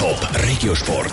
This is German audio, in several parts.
Top Regiosport.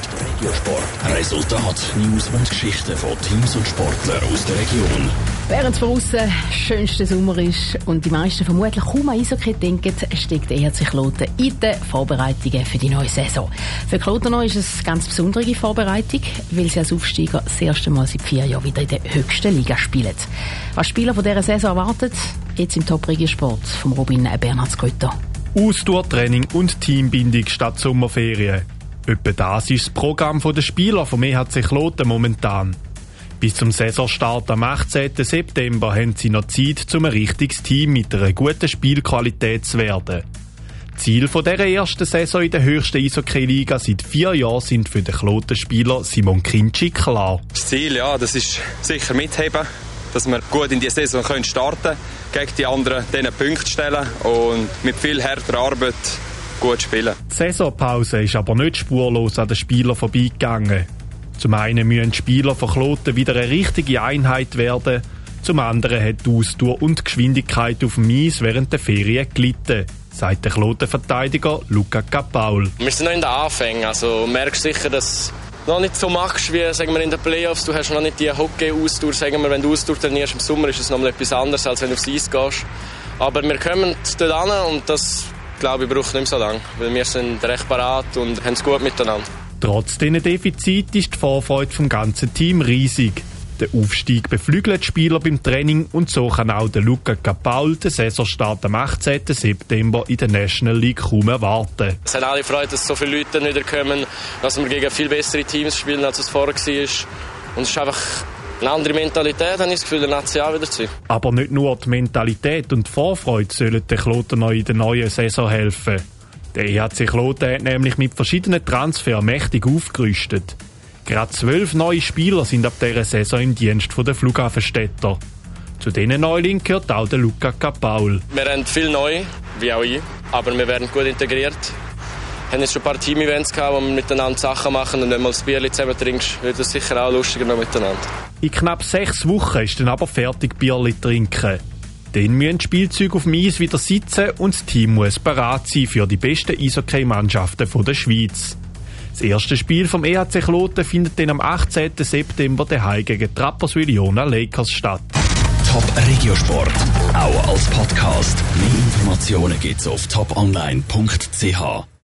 Resultat, News und Geschichten von Teams und Sportlern aus der Region. Während es von aussen schönster Sommer ist und die meisten vermutlich kaum an Eishockey denken, steckt der EHC Kloten in den Vorbereitungen für die neue Saison. Für Kloten ist es eine ganz besondere Vorbereitung, weil sie als Aufsteiger das erste Mal seit 4 Jahren wieder in der höchsten Liga spielen. Was Spieler von dieser Saison erwartet, jetzt im Top Regiosport vom Robin Bernhardsgrütter. Ausdauertraining und Teambindung statt Sommerferien. Etwa das ist das Programm der Spieler vom EHC Kloten momentan. Bis zum Saisonstart am 18. September haben sie noch Zeit, um ein richtiges Team mit einer guten Spielqualität zu werden. Ziel dieser ersten Saison in der höchsten Eishockey-Liga seit 4 Jahren sind für den Kloten-Spieler Simon Kinci klar. Das Ziel, ja, das ist sicher mitheben, dass wir gut in die Saison starten können, gegen die anderen diesen Punkte stellen und mit viel härter Arbeit gut spielen. Die Saisonpause ist aber nicht spurlos an den Spielern vorbeigegangen. Zum einen müssen die Spieler von Kloten wieder eine richtige Einheit werden, zum anderen hat die Ausdauer und die Geschwindigkeit auf dem Eis während der Ferien gelitten, sagt der Kloten-Verteidiger Luca Capaul. Wir sind noch in den Anfängen, also merkst sicher, dass du noch nicht so machst wie sagen wir, in den Playoffs. Du hast noch nicht die Hockey-Ausdauer. Sagen wir, wenn du Ausdauer trainierst im Sommer, ist es noch mal etwas anderes, als wenn du aufs Eis gehst. Aber wir kommen dort hin und das, glaube ich, braucht nicht mehr so lange, weil wir sind recht parat und haben es gut miteinander. Trotz diesen Defizit ist die Vorfreude vom ganzen Team riesig. Der Aufstieg beflügelt die Spieler beim Training und so kann auch der Luca Capaul den Saisonstart am 18. September in der National League kaum erwarten. Es haben alle Freude, dass so viele Leute wieder kommen, dass wir gegen viel bessere Teams spielen, als es vorher war. Und es ist einfach eine andere Mentalität, habe ich das Gefühl, der National wieder zu sein. Aber nicht nur die Mentalität und die Vorfreude sollen den Kloten in der neuen Saison helfen. Der EHC Kloten hat nämlich mit verschiedenen Transfers mächtig aufgerüstet. Gerade 12 neue Spieler sind ab dieser Saison im Dienst der Flughafenstädter. Zu diesen Neulingen gehört auch der Luca Capaul. Wir haben viel neu, wie auch ich, aber wir werden gut integriert. Wir haben jetzt schon ein paar Team-Events gehabt, wo wir miteinander Sachen machen und wenn du mal das Bierchen zusammen trinkst, wird das sicher auch lustiger noch miteinander. In knapp 6 Wochen ist dann aber fertig Bierchen trinken. Dann müssen die Spielzeuge auf dem Eis wieder sitzen und das Team muss bereit sein für die besten Eishockey-Mannschaften der Schweiz. Das erste Spiel vom EHC Kloten findet dann am 18. September daheim gegen die Rapperswil-Jona Lakers statt. Top Regiosport, auch als Podcast. Mehr Informationen gibt's auf toponline.ch.